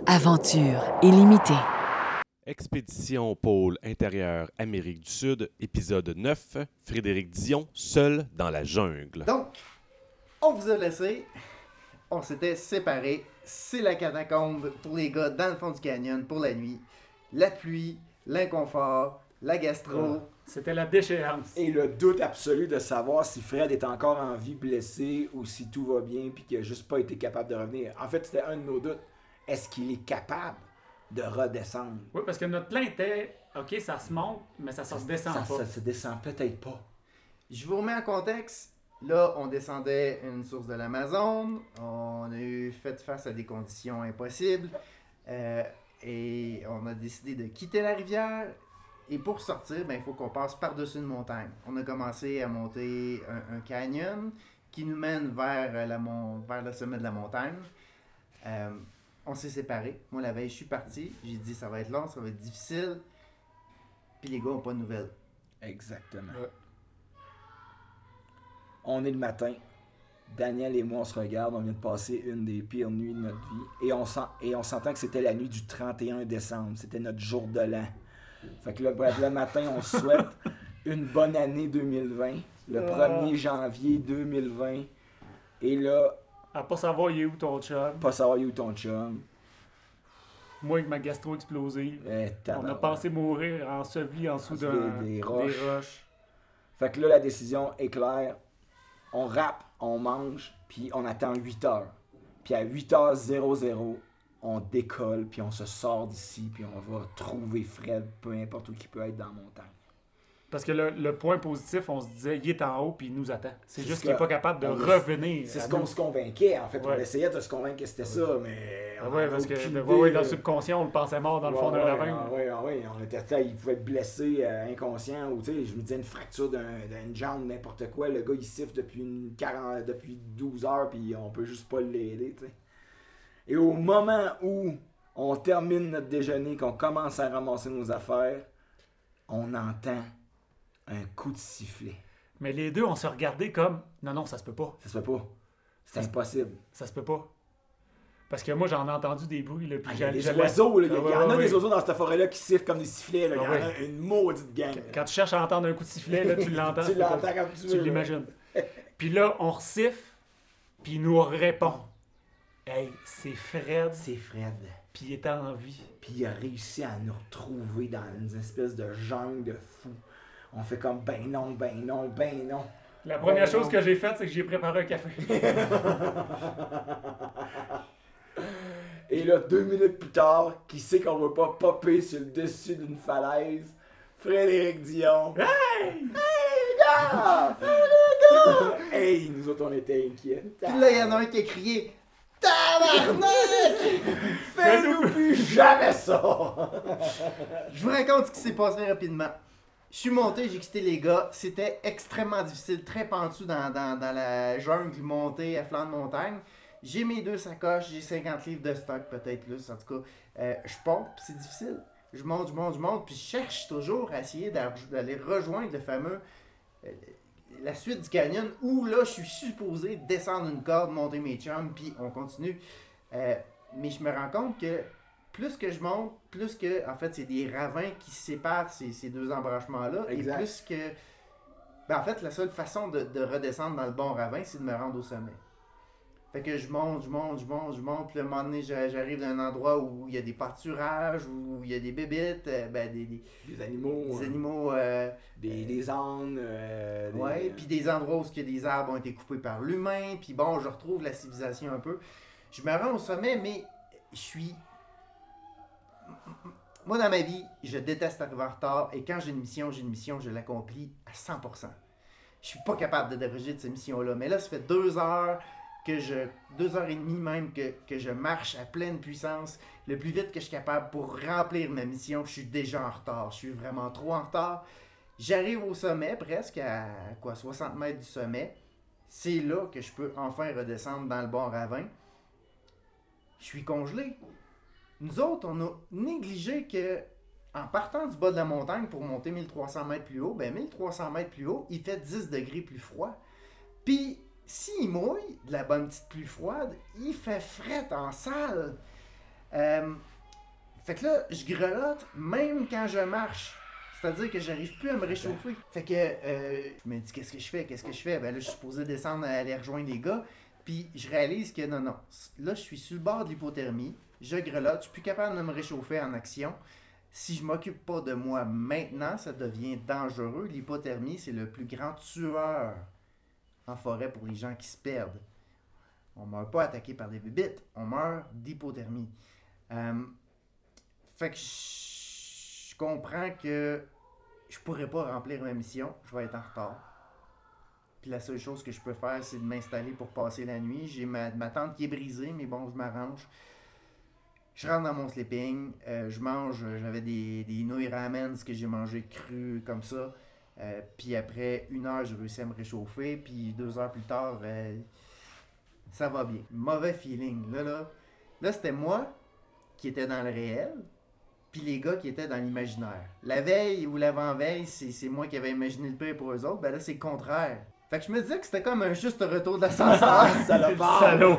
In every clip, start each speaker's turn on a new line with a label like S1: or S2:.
S1: Aventure illimitée.
S2: Expédition pôle intérieur Amérique du Sud, épisode 9, Frédéric Dion, seul dans la jungle.
S3: Donc, on vous a laissé, on s'était séparés, c'est la catacombe pour les gars dans le fond du canyon pour la nuit, la pluie, l'inconfort, la gastro.
S4: C'était la déchéance.
S5: Et le doute absolu de savoir si Fred est encore en vie blessé ou si tout va bien puis qu'il a juste pas été capable de revenir. En fait, c'était un de nos doutes. Est-ce qu'il est capable de redescendre?
S4: Oui, parce que notre plan était, OK, ça se monte, mais ça se redescend pas.
S5: Ça se descend peut-être pas.
S3: Je vous remets en contexte. Là, on descendait une source de l'Amazone. On a eu fait face à des conditions impossibles. Et on a décidé de quitter la rivière. Et pour sortir, ben, il faut qu'on passe par-dessus une montagne. On a commencé à monter un canyon qui nous mène vers le sommet de la montagne. On s'est séparés. Moi, la veille, je suis parti. J'ai dit, ça va être long, ça va être difficile. Puis les gars n'ont pas de nouvelles.
S5: Exactement.
S4: Ouais.
S5: On est le matin. Daniel et moi, on se regarde. On vient de passer une des pires nuits de notre vie. Et on s'entend que c'était la nuit du 31 décembre. C'était notre jour de l'an. Fait que là, bref, le matin, on se souhaite une bonne année 2020. Le 1er janvier 2020. Et là,
S4: À pas savoir il est où ton chum.
S5: pas savoir où ton chum.
S4: Moi avec ma gastro explosive. On a
S5: Tabarouette.
S4: pensé mourir enseveli en dessous
S5: Des roches.
S4: des roches.
S5: Fait que là, la décision est claire. On rappe, on mange, puis on attend 8 heures. Puis à 8h00, on décolle, puis on se sort d'ici, puis on va trouver Fred, peu importe où qu'il peut être dans la montagne.
S4: Parce que le point positif, on se disait, il est en haut puis il nous attend. C'est
S5: C'est
S4: juste
S5: ce
S4: qu'il n'est
S5: que-
S4: pas capable de
S5: on-
S4: revenir.
S5: C'est
S4: à
S5: ce qu'on
S4: nous.
S5: se convainquait, en fait. On
S4: Ouais.
S5: essayait de se convaincre que c'était ça, mais...
S4: Ah
S5: on
S4: ouais,
S5: avait
S4: parce que
S5: aucune
S4: dans
S5: idée,
S4: le subconscient, on le pensait mort dans le fond d'un ravin.
S5: Oui, on était là, il pouvait être blessé, inconscient, ou tu sais, je me disais une fracture d'une jambe, n'importe quoi. Le gars, il siffle depuis 12 heures, puis on peut juste pas l'aider, tu sais. Et au moment où on termine notre déjeuner, qu'on commence à ramasser nos affaires, on entend un coup de sifflet.
S4: Mais les deux, on se regardait comme, non, ça se peut pas.
S5: Ça se fait pas. C'est impossible.
S4: Ça se peut pas. Parce que moi, j'en ai entendu des bruits. Là, puis
S5: Ah, il y a des
S4: j'allais-
S5: oiseaux, là. Il y
S4: Ah,
S5: en a
S4: ouais.
S5: des oiseaux dans cette forêt-là qui sifflent comme des sifflets, là. Il y en
S4: Ah,
S5: a une maudite gang.
S4: Quand tu cherches à entendre un coup de sifflet, là, tu l'entends.
S5: Tu l'entends comme tu veux, là.
S4: l'imagines. Puis là, on resiffle, puis il nous répond. Hey, c'est Fred,
S5: C'est Fred.
S4: puis il est en vie.
S5: Puis il a réussi à nous retrouver dans une espèce de jungle de fou. On fait comme ben non.
S4: La première
S5: Ben
S4: chose
S5: non.
S4: que j'ai faite, c'est que j'ai préparé un café.
S5: Et là, 2 minutes plus tard, qui sait qu'on va pas popper sur le dessus d'une falaise? Frédéric Dion. Hey! Hey, les gars! Hey, nous autres, on était inquiets.
S3: Puis là, il y en a un qui a crié Tabarnak!
S5: Fais-nous plus jamais ça!
S3: Je vous raconte ce qui s'est passé rapidement. Je suis monté, j'ai quitté les gars. C'était extrêmement difficile, très pentu dans la jungle montée à flanc de montagne. J'ai mes 2 sacoches, j'ai 50 livres de stock, peut-être plus. En tout cas, je pompe, puis c'est difficile. Je monte, puis je cherche toujours à essayer d'aller rejoindre le fameux. La suite du canyon où là, je suis supposé descendre une corde, monter mes chums, puis on continue. Mais je me rends compte que plus que je monte, plus que, en fait, c'est des ravins qui séparent ces deux embranchements-là.
S5: Exact.
S3: Et plus que. Ben, en fait, la seule façon de redescendre dans le bon ravin, c'est de me rendre au sommet. Fait que je monte, puis à un moment donné, j'arrive dans un endroit où il y a des pâturages, où il y a des bébites,
S5: Des animaux.
S3: des
S5: hein.
S3: animaux.
S5: Des ânes.
S3: Ouais, puis des endroits où il y a des arbres ont été coupés par l'humain, puis bon, je retrouve la civilisation un peu. Je me rends au sommet, mais je suis... Moi, dans ma vie, je déteste arriver en retard, et quand j'ai une mission, je l'accomplis à 100%. Je suis pas capable de déroger de cette mission-là, mais là, ça fait 2 heures, 2h30 même, que je marche à pleine puissance, le plus vite que je suis capable pour remplir ma mission. Je suis déjà en retard, je suis vraiment trop en retard. J'arrive au sommet, presque à 60 mètres du sommet. C'est là que je peux enfin redescendre dans le bon ravin. Je suis congelé. Nous autres, on a négligé que, en partant du bas de la montagne pour monter 1300 mètres plus haut, 1300 mètres plus haut, il fait 10 degrés plus froid. Puis, s'il mouille, de la bonne petite pluie froide, il fait fret en salle. Fait que là, je grelotte même quand je marche. C'est-à-dire que j'arrive plus à me réchauffer. Fait que je me dis, qu'est-ce que je fais? Ben là, je suis supposé descendre, aller rejoindre les gars. Puis je réalise que non. Là, je suis sur le bord de l'hypothermie. Je grelotte, je suis plus capable de me réchauffer en action. Si je m'occupe pas de moi maintenant, ça devient dangereux. L'hypothermie, c'est le plus grand tueur en forêt pour les gens qui se perdent. On meurt pas attaqué par des bébites, on meurt d'hypothermie. Fait que je comprends que je pourrais pas remplir ma mission, je vais être en retard. Puis la seule chose que je peux faire, c'est de m'installer pour passer la nuit. J'ai ma tente qui est brisée, mais bon, je m'arrange. Je rentre dans mon sleeping, je mange, j'avais des nouilles ramen, ce que j'ai mangé cru comme ça. Puis après 1 heure, j'ai réussi à me réchauffer. Puis 2 heures plus tard, ça va bien. Mauvais feeling. Là, c'était moi qui était dans le réel, puis les gars qui étaient dans l'imaginaire. La veille ou l'avant-veille, c'est moi qui avais imaginé le pire pour eux autres. Ben là, c'est le contraire. Fait que je me disais que c'était comme un juste retour de l'ascenseur.
S4: Salaud!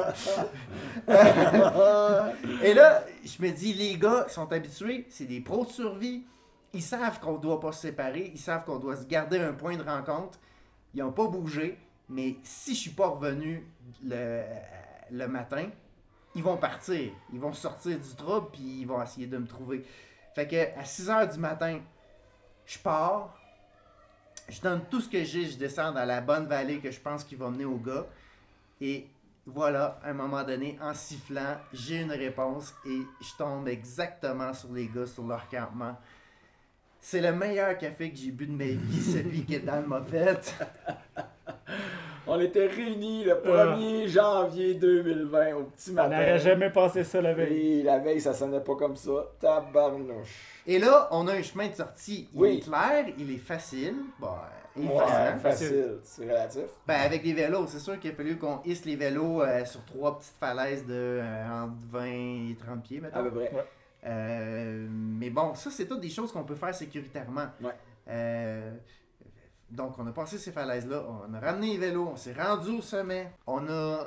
S3: Et là, je me dis, les gars sont habitués, c'est des pros de survie. Ils savent qu'on doit pas se séparer, ils savent qu'on doit se garder un point de rencontre. Ils n'ont pas bougé, mais si je suis pas revenu le matin, ils vont partir. Ils vont sortir du trouble, puis ils vont essayer de me trouver. Fait que à 6h du matin, je pars. Je donne tout ce que j'ai, je descends dans la bonne vallée que je pense qu'il va mener au gars. Et voilà, à un moment donné, en sifflant, j'ai une réponse et je tombe exactement sur les gars, sur leur campement. C'est le meilleur café que j'ai bu de ma vie, celui que Dan m'a fait.
S5: On était réunis le 1er janvier 2020 au petit
S4: On
S5: matin.
S4: n'aurait jamais pensé ça la veille.
S5: Et la veille, ça sonnait pas comme ça. Tabarnouche.
S3: Et là, on a un chemin de sortie. Il
S5: Oui.
S3: est clair, il est facile. Bon, il est
S5: Ouais,
S3: facile.
S5: facile. C'est relatif.
S3: Ben, avec des vélos, c'est sûr qu'il a fallu qu'on hisse les vélos sur 3 petites falaises de entre 20 et 30 pieds,
S5: À peu
S3: mettons.
S5: près.
S3: Mais bon, ça, c'est toutes des choses qu'on peut faire sécuritairement.
S5: Ouais.
S3: Donc, on a passé ces falaises-là, on a ramené les vélos, on s'est rendu au sommet, on a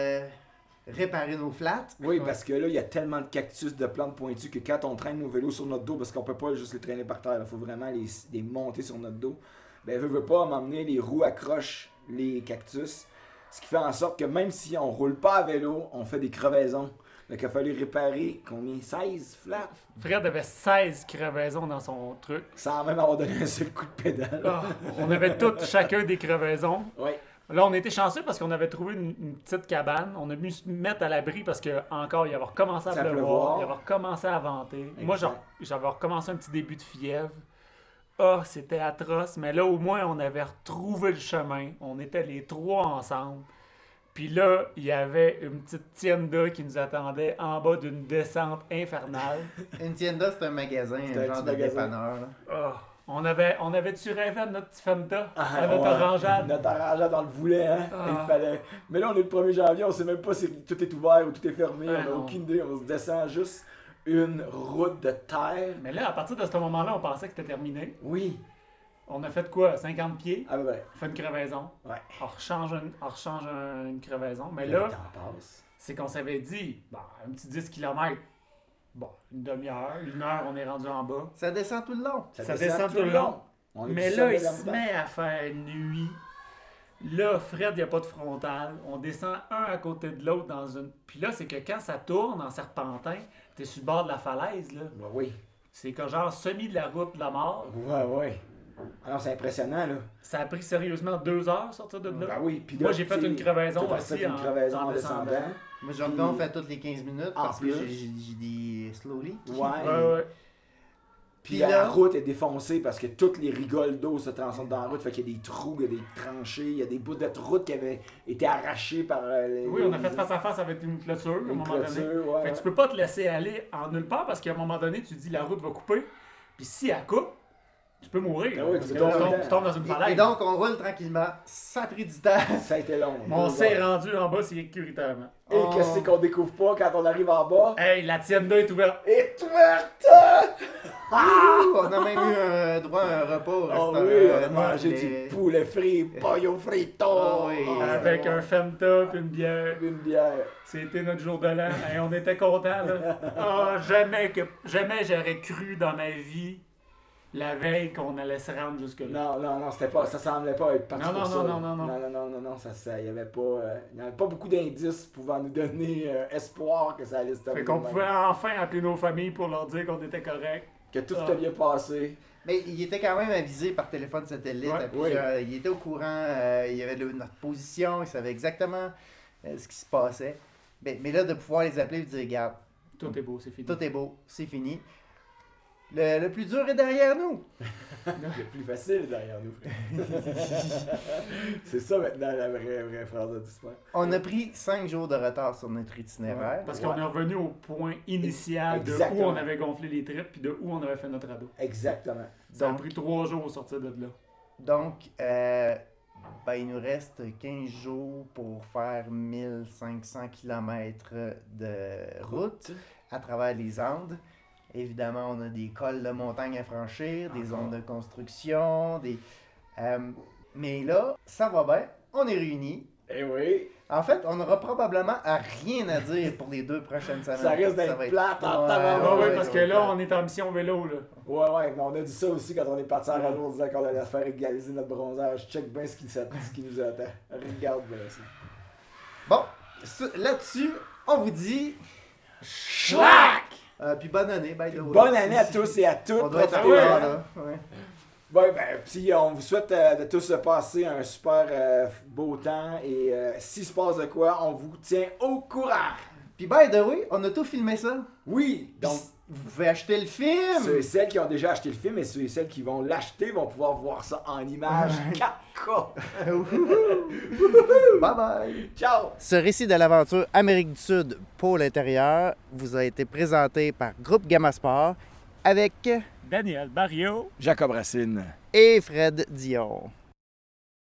S3: réparé nos flats.
S5: Oui, parce que là, il y a tellement de cactus, de plantes pointues que quand on traîne nos vélos sur notre dos, parce qu'on peut pas juste les traîner par terre, il faut vraiment les monter sur notre dos, ben, veut pas m'emmener, les roues accrochent les cactus. Ce qui fait en sorte que même si on roule pas à vélo, on fait des crevaisons. Donc, il a fallu réparer combien? 16 flats?
S4: Fred avait 16 crevaisons dans son truc.
S5: Sans même avoir donné un seul coup de pédale.
S4: Ah, on avait tous chacun des crevaisons.
S5: Oui.
S4: Là, on était chanceux parce qu'on avait trouvé une petite cabane. On a pu se mettre à l'abri parce que encore, il avait recommencé à
S5: Ça
S4: pleuvoir.
S5: pleuvoir.
S4: Il avait recommencé à venter.
S5: Exact.
S4: Moi, j'avais recommencé un petit début de fièvre. Ah, c'était atroce. Mais là, au moins, on avait retrouvé le chemin. On était les 3 ensemble. Puis là, il y avait une petite tienda qui nous attendait en bas d'une descente infernale.
S3: Une tienda, c'est un magasin,
S5: C'est
S3: un
S5: un
S3: genre
S5: petit
S3: de
S5: magasin.
S3: dépanneur. Là.
S4: Ah, on avait-tu rêvé à notre petit Fanta?
S5: Ah,
S4: À notre
S5: ouais.
S4: orangeade?
S5: Notre orangeade dans le boulet, hein?
S4: Ah.
S5: Il fallait... Mais là, on est le 1er janvier, on sait même pas si tout est ouvert ou tout est fermé.
S4: Ah,
S5: on n'a
S4: non.
S5: aucune idée. On se descend juste une route de terre.
S4: Mais là, à partir de ce moment-là, on pensait que c'était terminé.
S5: Oui.
S4: On a fait quoi? 50 pieds?
S5: Ah ben,
S4: On fait une crevaison.
S5: ouais.
S4: On rechange une crevaison. Mais
S5: Le
S4: là,
S5: temps passe.
S4: c'est qu'on s'avait dit, bon, un petit 10 km. Bon, une demi-heure, 1 heure, on est rendu en bas.
S3: Ça descend tout le long.
S4: Ça descend tout le long.
S5: On est
S4: Mais
S5: tout
S4: là,
S5: seul
S4: il
S5: de la
S4: se
S5: montagne.
S4: met à faire nuit. Là, Fred, il n'y a pas de frontal. On descend un à côté de l'autre dans une. Puis là, c'est que quand ça tourne en serpentin, t'es sur le bord de la falaise, là.
S5: Ouais, oui.
S4: C'est que genre semi de la route de la mort.
S5: Ouais, ouais. Alors, c'est impressionnant, là.
S4: Ça a pris sérieusement 2 heures sortir de là.
S5: Ben oui. Puis
S4: Moi,
S5: là,
S4: j'ai fait
S5: t'sais,
S4: une crevaison
S5: t'as
S4: aussi
S5: fait une crevaison en descendant.
S3: Moi, j'en
S5: Puis-
S3: on fait toutes les 15 minutes
S5: En
S3: parce que
S5: plus.
S3: j'ai des slow leaks.
S5: Ouais.
S4: Ouais.
S5: Puis
S3: Puis
S5: la
S3: là-
S5: route est défoncée parce que toutes les rigoles d'eau se transforment dans la route. Fait qu'il y a des trous, il y a des tranchées, il y a des bouts de route qui avaient été arrachés par les...
S4: Oui, on a fait face à face avec une clôture à un
S5: une
S4: moment donné.
S5: clôture, ouais,
S4: Fait que tu peux pas te laisser aller en nulle part parce qu'à un moment donné, tu dis la route va couper. Puis si elle coupe, tu peux mourir.
S5: Ah oui,
S4: parce
S5: tu
S4: que
S5: tombes
S4: là,
S5: dans le
S4: tu tombes dans une
S3: Et
S4: falaise.
S3: donc, on roule tranquillement. Ça a pris du temps.
S5: Ça a été long.
S4: Mais on
S5: 2
S4: s'est
S5: heures.
S4: rendu en bas sécuritairement.
S5: Et qu'est-ce qu'on découvre pas quand on arrive en bas?
S4: Hey, la tienda est ouverte.
S5: Et ouverte!
S3: Ouh, on a même eu droit à un repas au
S5: Oh
S3: restaurant.
S5: oui, on a
S3: dans
S5: mangé
S3: les-
S5: du poulet frit, pollo frito.
S3: Oh oui.
S4: Avec un Fanta puis une bière.
S5: Une bière.
S4: C'était notre jour de l'an. Hey, on était contents, là. Ah, jamais j'aurais cru dans ma vie la veille qu'on allait se rendre jusque-là.
S5: Non, c'était pas, ça semblait pas être parti
S4: Non,
S5: pour
S4: non,
S5: ça.
S4: non, non, non.
S5: Non, ça, il y avait pas beaucoup d'indices pouvant nous donner espoir que ça allait se
S4: Fait
S5: terminer.
S4: qu'on
S5: de même.
S4: pouvait enfin appeler nos familles pour leur dire qu'on était correct.
S5: Que tout
S4: Ah.
S5: était bien passé.
S3: Mais il était quand même avisé par téléphone satellite.
S4: Ouais,
S3: à plusieurs- Il était au courant, il y avait notre position, il savait exactement ce qui se passait. Mais là, de pouvoir les appeler et dire, regarde,
S4: Tout est beau, c'est fini.
S3: tout est beau, c'est fini. Le plus dur est derrière nous.
S5: Le plus facile derrière nous. C'est ça maintenant la vraie phrase de l'histoire.
S3: On a pris 5 jours de retard sur notre itinéraire.
S4: Parce qu'on est revenu au point initial de
S5: Exactement.
S4: où on avait gonflé les tripes puis de où on avait fait notre radeau.
S5: Exactement.
S4: Ça a
S3: Donc-
S4: pris 3 jours au sortir de là.
S3: Donc, il nous reste 15 jours pour faire 1500 km de route à travers les Andes. Évidemment, on a des cols de montagne à franchir, des zones de construction, mais là, ça va bien, on est réunis.
S5: Eh oui,
S3: En fait, on n'aura probablement rien à dire pour les 2 prochaines semaines.
S5: ça risque d'être
S3: va être-
S5: plate en
S3: Ouais,
S5: tabarnak.
S4: Ah ouais,
S3: ouais,
S4: parce
S3: ça
S4: que
S3: va être
S4: là,
S3: plate.
S4: on est en mission vélo, là.
S5: Ouais, mais on a dit ça aussi quand on est parti en rando, on disait qu'on allait faire égaliser notre bronzage. Check bien ce qui nous attend. Regarde bien ça.
S3: Bon, là-dessus, on vous dit...
S5: Schlack!
S3: Puis bonne année, by the way.
S5: Bonne année à tous et à toutes.
S3: On doit être
S5: Profitez,
S3: en
S5: hein.
S3: là. Ouais.
S5: Ouais, puis on vous souhaite de tous passer un super beau temps et s'il se passe de quoi, on vous tient au courant.
S3: Puis by the way, on a tout filmé ça.
S5: Oui, donc
S3: Donc, vous pouvez acheter le film.
S5: ceux et celles qui ont déjà acheté le film et ceux et celles qui vont l'acheter vont pouvoir voir ça en images 4K.
S3: Bye bye.
S5: Ciao!
S3: Ce récit de l'aventure Amérique du Sud pôle intérieur vous a été présenté par Groupe Gamma Sport avec
S4: Daniel Barrio.
S5: Jacob Racine.
S3: et Fred Dion.